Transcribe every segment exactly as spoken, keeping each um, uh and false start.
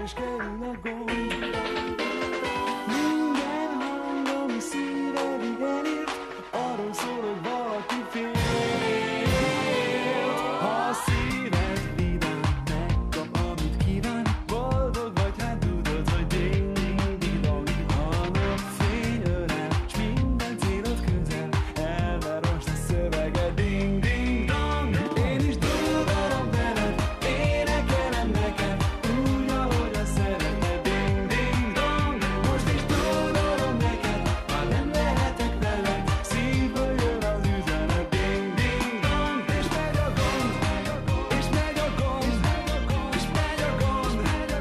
és kerül a gond. Minden hang, ami szívedig elért, arról szól, hogy valaki fél. Ha a szíved vidám, megkap, amit kíván, boldog vagy, hát tudod, hogy ding, ding, ding, dong. Ha a napfény ölel, s minden célod közel, elver most a szövege, ding, ding, dong. Én is dúdolom veled, énekelem neked, úgy, ahogy a szereted, ding, ding, dong. Most is dúdolom neked, ha nem lehetek veled, szívből jön az üzenet, ding, ding, dong. És megy a gond, és megy a gond, és megy a gond,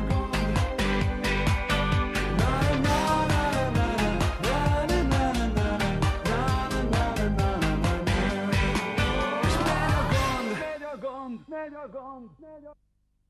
na na na na na na na na na na na na na na. És megy a gond, megy a gond, megy a gond, megy a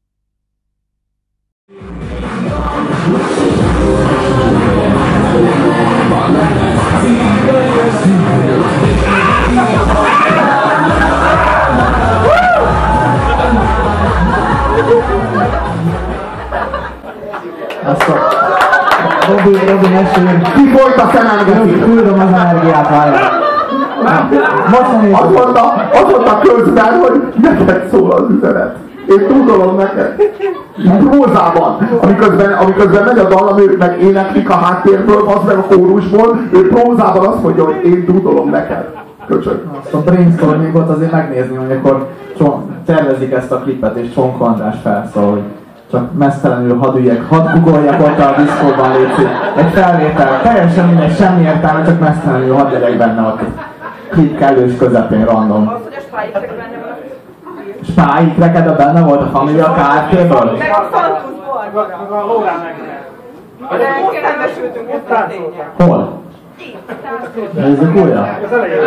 Azt a Robi, Robi mesélj. Ki folyt a szememgeti? Küldöm az energiát, várjál. Most nem Azt mondta, azt mondta közben, hogy neked szól az üzenet. Én tudolom neked. Prózában. Amiközben, amiközben megy a dallam, ők meg éneklik a háttérből, az meg a kórusból, ő prózában azt mondja, hogy én tudolom neked. Köcsög. Azt a brainstormingot azért megnézni, hogy akkor tervezik ezt a klipet, és Csonka András felszól, hogy csak mesztelenül hadd üljek, hadd gugoljak ott a diszkóban, létszik. Egy felvétel, teljesen mindegy, semmi értelme, csak mesztelenül hadd legyek benne ott. Klip kellős közepén, random. Az, hogy a spájiknek benne van a... Spájiknek a benne volt a Família Kft-ből? Meg a Fantuszból. Meg a Lórán meg. Most szembesültünk ezzel a tényel. Hol? Nézzük újra. Az elején.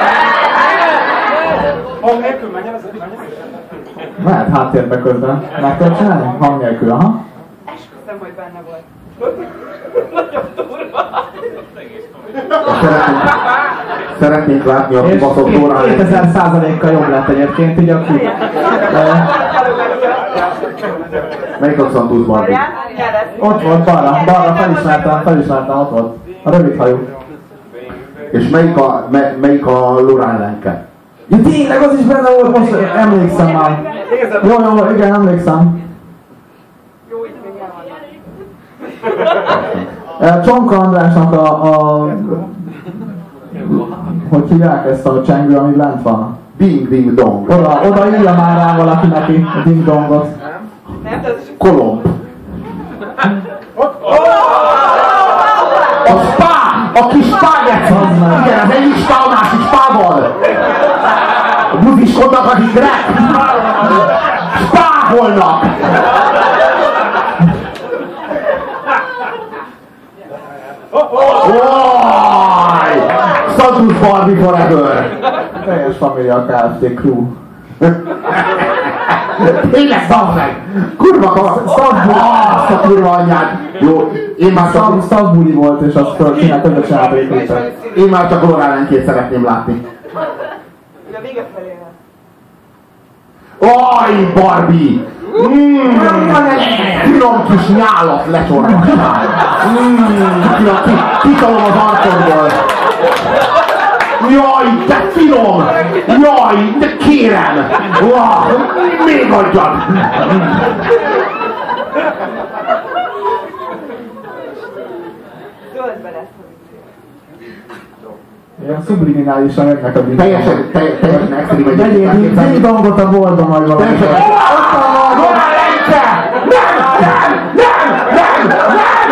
Hang nélkül menjen, az menjen. Mehet háttérbe közben. Meg kell csinálni? Hang nélkül, aha. Esküszöm, hogy benne volt. Nagyon durva. Szeretnénk, szeretnénk látni a kibaszott órán. kétezer százalékkal jobb lett egyébként, így a klip. Melyik a Santus Barbie? Ott volt, balra, balra, felismertem, felismertem, ott volt. A rövid hajú. És melyik a, me, melyik a Lorán Lenke? Ja tényleg, az is benne volt, most emlékszem már. Jó, jó, igen, emlékszem. Jó, itt még el van. Csonka Andrásnak a, a... Hogy hívják ezt a csengő, ami lent van? Ding ding dong. Oda, oda írja már rá valaki neki a ding dongot. Nem, ez is... Kolomb. A spá! A kis spáget! Igen, az egyik spá, a másik spával! Buziskodnak az igrek! Spáholnak! Ojj! Santus Barbie forever! Teljes Família Kft. Crew. Tényleg szavd meg! Kurva kavar! Szavd azt a kurva anyád! Jó, én már csak... Szavbuli volt, és azt csinált, többet csinált egy klipet. Én már csak Lorán Lenkét szeretném látni. A vége felé. Oj, Barbie! Mmm! Finom kis nyálat lecsorgassál! Mmm! Kitalom az arcodból! Jaj, de finom! Jaj, de kérem! Wow, még adjad! Zöldbe lesz. Ilyen subliminálisan jönnek a bízsok. Teljesen, teljesen extrém egy Megyél, megyél dongot a boltba majd valami. Teljesen... Lorán Lenke! Nem! Nem! Nem! Nem! Nem!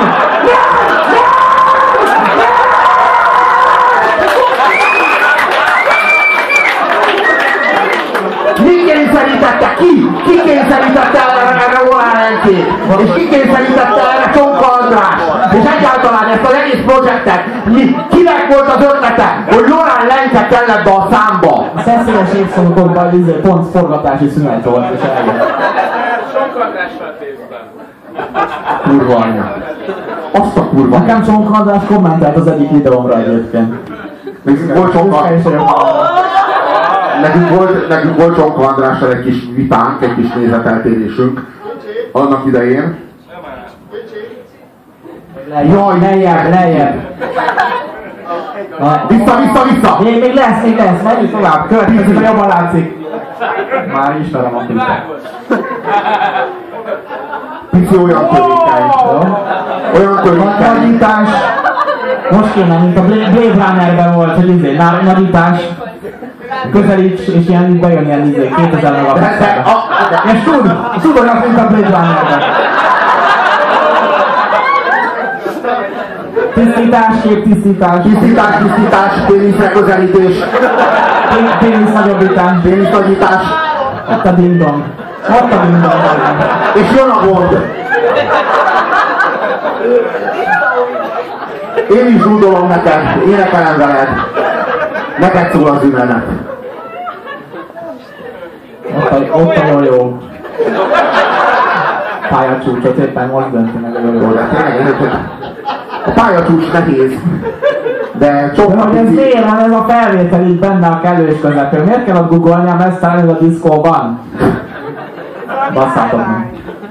Mi kényszerítette ki? Ki kényszerítette erre Lorán Lenkét? És ki kényszerítette erre Csonka András? És egyáltalán ezt az egész projektet, mi, kinek volt az ötlete, hogy Lorán Lenke kellett be a számba? A szeszélyes évszakokban pont forgatási szünet volt, és eljött. Csonka András feltézben. Kurva anya. Azt a kurva. Nekem Csonka András kommentelt az egyik videómra egyébként. Nekünk volt Csonka... Nekünk volt, nekünk volt Csonka Andrással egy kis vitánk, egy kis nézeteltérésünk annak idején. Jaj, lejjebb, lejjebb. Vissza, vissza, vissza! Még, még lesz, még lesz, menjünk tovább. Következik, a jobban látszik. Már ismerem a klipet. Pici olyan törékeny. Olyan törékeny. Nagyítás. Most kéne, mint a Blade Runnerben volt, hogy izé, nagyítás. Közelíts, és ilyen bejön ilyen izé, kétezer megapixelben. És tud, tud olyan, mint a Blade Runnerben. Tisztítás, képtisztítás. Tisztítás, tisztítás, péniszre közelítés. Pénisz nagyobbítás. Pénisz nagyítás. Ott a ding-dong. Ott a ding-dong. És jön a gond. Én is rúdolom neked, énekelem veled. Neked szól az üzenet. Ott a, ott a jó. Pályacsúcsot éppen most dönti meg a jó. A pályacsúcs nehéz. De De sokkal hogy ez pici. miért van ez a felvétel így benne a kellős közepén? Miért kell ott googolni a mesztelenül a diszkóban? Basszátok meg.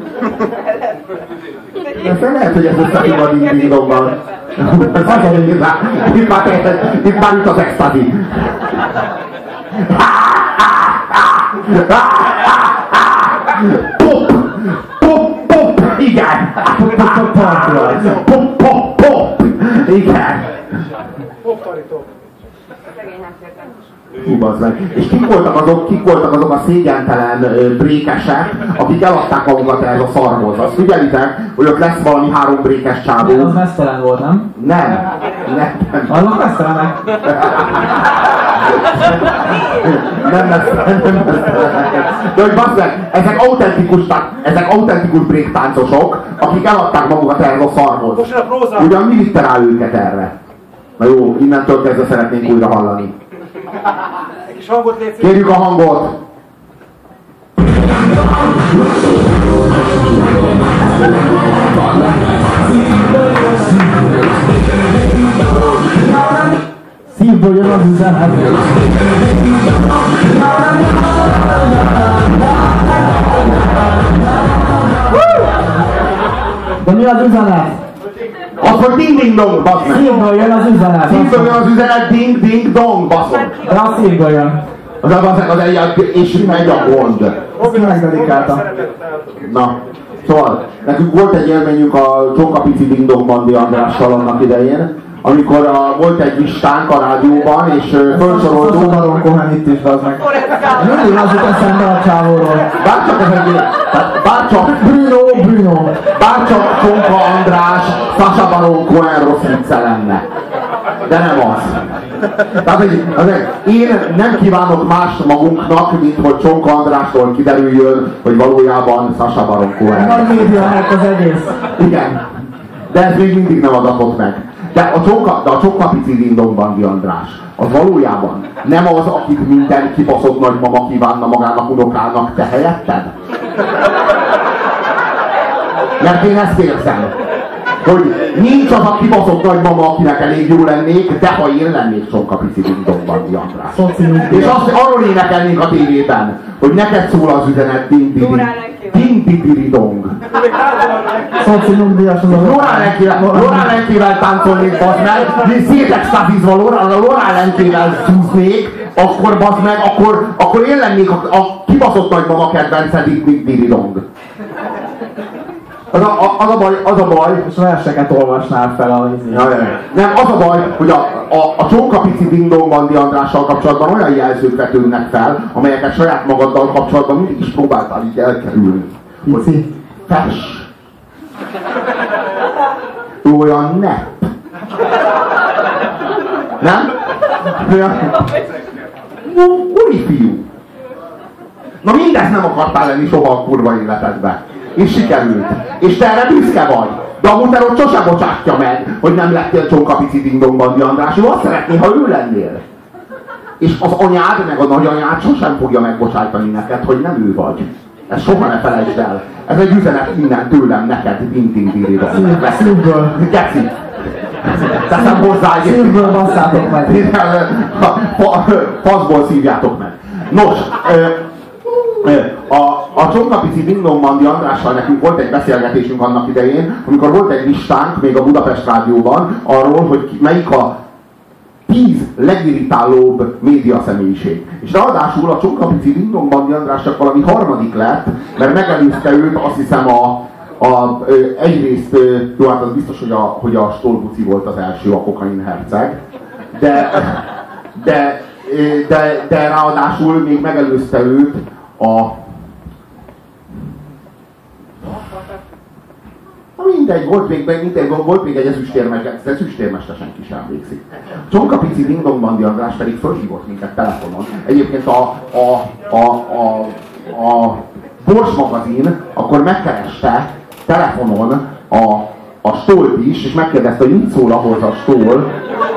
De lehet, hogy ez összefügg a ding-ding-dongban. Itt már itt már itt az extazi. Pop! Pop! Pop! Igen! Pop! Pop! Pop! Pop! Igen! Hú, bazd meg. És kik voltak azok, kik voltak azok a szégyentelen ö, brékesek, akik eladták magukat ehhez a szarhoz. Azt figyelitek, hogy ott lesz valami három brékes csávó. Az mesztelen volt, nem? Nem. Nem. Nem. Azok mesztelenek. Nem lesz, nem lesz. De hogy bazd meg, ezek autentikus, ezek autentikus bréktáncosok, akik eladták magukat ehhez a szarhoz. Ugyan mi vitte rá őket erre? Na jó, innentől kezdve szeretnénk újra hallani. Egy kis hangot légy szíves. Kérjük a hangot! Szívből jön az üzenet. De mi az üzenet? Az, hogy ding-ding-dong, bazd meg! Szívből jön az üzenet. Szívből jön az üzenet, ding-ding-dong, baszod! De a szívből jön. Az az, az, az egy, és megy a gond. Ezt megdedikáltam. Na, szóval, nekünk volt egy élményünk a Csonka Pici Ding-Dong Bandi Andrással annak idején, amikor a, volt egy listánk a rádióban, és uh, felsoroltuk... A Baron Cohen itt is, az meg. Mindig az jut eszembe a csávóról. Bárcsak ez egy... Bárcsak... Bruno, Bruno. Bárcsak Csonka András, Sacha Baron Cohen rossz vicce lenne. De nem az. Tehát, hogy, azért, én nem kívánok más magunknak, mint hogy Csonka Andrástól kiderüljön, hogy valójában Sacha Baron Cohen. Nagy médiának az egész. Igen. De ez még mindig nem adatott meg. De a Csonka, de a Csonka Pici Ding-Dong Bandi András, az valójában nem az, akit minden kibaszott nagymama kívánna magának unokának, te helyetted? Mert én ezt érzem, hogy nincs az a kibaszott nagymama, akinek elég jó lennék, de ha én lennék Csonka Pici Ding-Dong Bandi András. És azt arról énekelnénk a tévében, hogy neked szól az üzenet, ding-di-di-dong. Szoci nyugdíjas az a... Lorán lenkével táncolnék, bazd meg, mi szétextázizva Lorán lenkével szúznék, akkor bazd meg, akkor, akkor én lennék a, a kibaszott nagymama kedvence, ding-di-di-dong. Az a, a, az a baj, az a baj, És verseket olvasnál fel a... ja, nem, az a baj, hogy a, a, a Csonka Pici Ding-Dong Bandi Andrással kapcsolatban olyan jelzők vetődnek fel, amelyeket saját magaddal kapcsolatban mindig is próbáltál így elkerülni. Pici. Fess! Ő olyan nepp. Nem? Olyan... Úri fiú! Na mindezt nem akartál lenni soha a kurva életedbe. És sikerült. És te erre büszke vagy. De a muterot sosem bocsátja meg, hogy nem lettél Csonka Pici Ding-Dong Bandi András. Ő azt szeretné, ha ő lennél. És az anyád meg a nagyanyád sosem fogja megbocsájtani neked, hogy nem ő vagy. Ezt soha ne felejtsd el. Ez egy üzenet innen tőlem neked, ding-ding-ding-dong. Szívből. Geci. Teszem hozzá egy... Szívből basszátok meg. Faszból szívjátok meg. Nos, a, A Csonkapici Ding-Dong Bandi Andrással nekünk volt egy beszélgetésünk annak idején, amikor volt egy listánk még a Budapest Rádióban arról, hogy melyik a tíz legirritálóbb média személyiség. És ráadásul a Csonkapici Ding-Dong Bandi András csak valami harmadik lett, mert megelőzte őt azt hiszem a, a ö, egyrészt, ö, jó, hát az biztos, hogy a, hogy a Stolbuci volt az első, a kokain herceg, de, de, de, de ráadásul még megelőzte őt a mindegy, volt még, mindegy, volt még egy ezüstérmester, ezüstérmester senki sem emlékszik. Csonkapici Ding-Dong Bandi András pedig fölhívott minket telefonon. Egyébként a, a, a, a, a Bors magazin akkor megkereste telefonon a, a Stolt is, és megkérdezte, hogy mit szól ahhoz a Stol.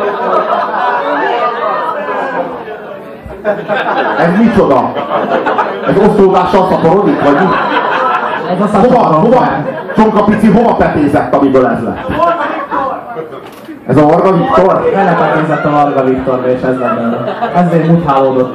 Ez micsoda? Ez osztódással szaporodik, vagy mit? Ez a Hova, hova, Csonkapici hova petézett, amiből ez lett? Ez a Varga Viktor? Belepetézett a Varga Viktorba, és ez lett belőle. Ezért muthálódott.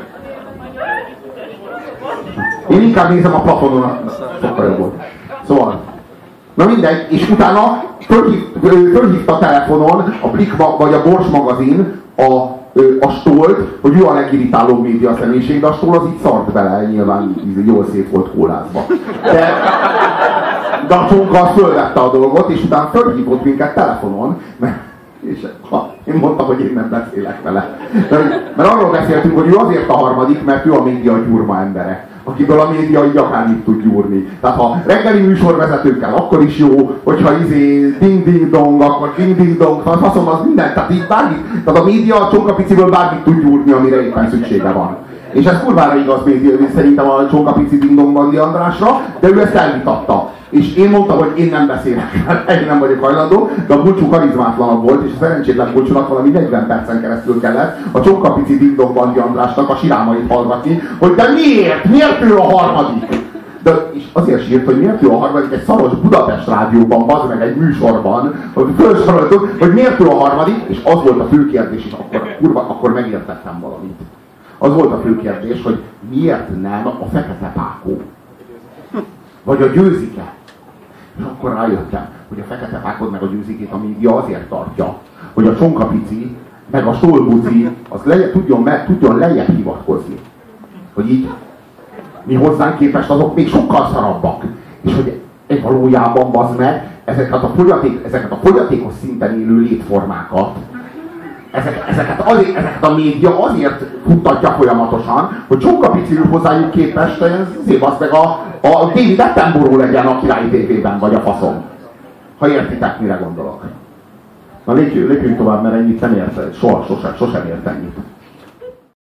Én inkább nézem a plafonon, sokkal jobb volt. Szóval, na mindegy, és utána fölhív, fölhívta a telefonon a Blik vagy a Bors magazin a, a Stolt, hogy ő a legirritálóbb média személyiség, de a Stol az így szart bele, nyilván jól szét volt kólázva. De, de a Csonka az fölvette a dolgot, és utána fölhívott minket telefonon, mert és ha, én mondtam, hogy én nem beszélek vele. Mert, mert arról beszéltünk, hogy ő azért a harmadik, mert ő a média gyurma embere, akiből a média így akármit tud gyúrni. Tehát ha reggeli műsorvezetőkkel, akkor is jó, hogyha izé ding-ding-dong, akkor ding-ding-dong, faszom, az mindent, tehát így bármit, tehát a média a Csonkapiciből bármit tud gyúrni, amire éppen szüksége van. És ez kurvára igaz még szerintem a Csonkapici Ding-Dong Bandi Andrásra, de ő ezt elvitatta. És én mondtam, hogy én nem beszélek, én nem vagyok hajlandó, de a Bulcsú karizmátlanabb volt, és a szerencsétlen Bulcsúnak valami negyven percen keresztül kellett a Csonkapici Ding-Dong Bandi Andrásnak a sirámait hallgatni, hogy de miért? Miért ő a harmadik? De és azért sírt, hogy miért ő a harmadik egy szaros Budapest Rádióban, bazd meg egy műsorban, hogy felsoroltuk, hogy miért ő a harmadik, és az volt a fő kérdés, és akkor, kurva, akkor megértettem valamit. Az volt a fő kérdés, hogy miért nem a Fekete Pákó? Vagy a Győzike? És akkor rájöttem, hogy a Fekete Pákod meg a Győzikét a média azért tartja, hogy a Csonkapici meg a Stolbuci az leje, tudjon, meg, tudjon lejjebb hivatkozni. Hogy így mi hozzánk képest azok még sokkal szarabbak. És hogy egy valójában bazd meg ezeket a, fogyaték, ezeket a fogyatékos szinten élő létformákat, Ezek, ezeket, azért, ezeket a média azért futtatja folyamatosan, hogy Csonkapici ül hozzájuk képest, azért az meg a, a David Attenborough legyen a Király té vében, vagy a faszom. Ha értitek, mire gondolok. Na lépjünk, lépjünk tovább, mert ennyit nem ért, soha, sosem, sosem ért ennyit.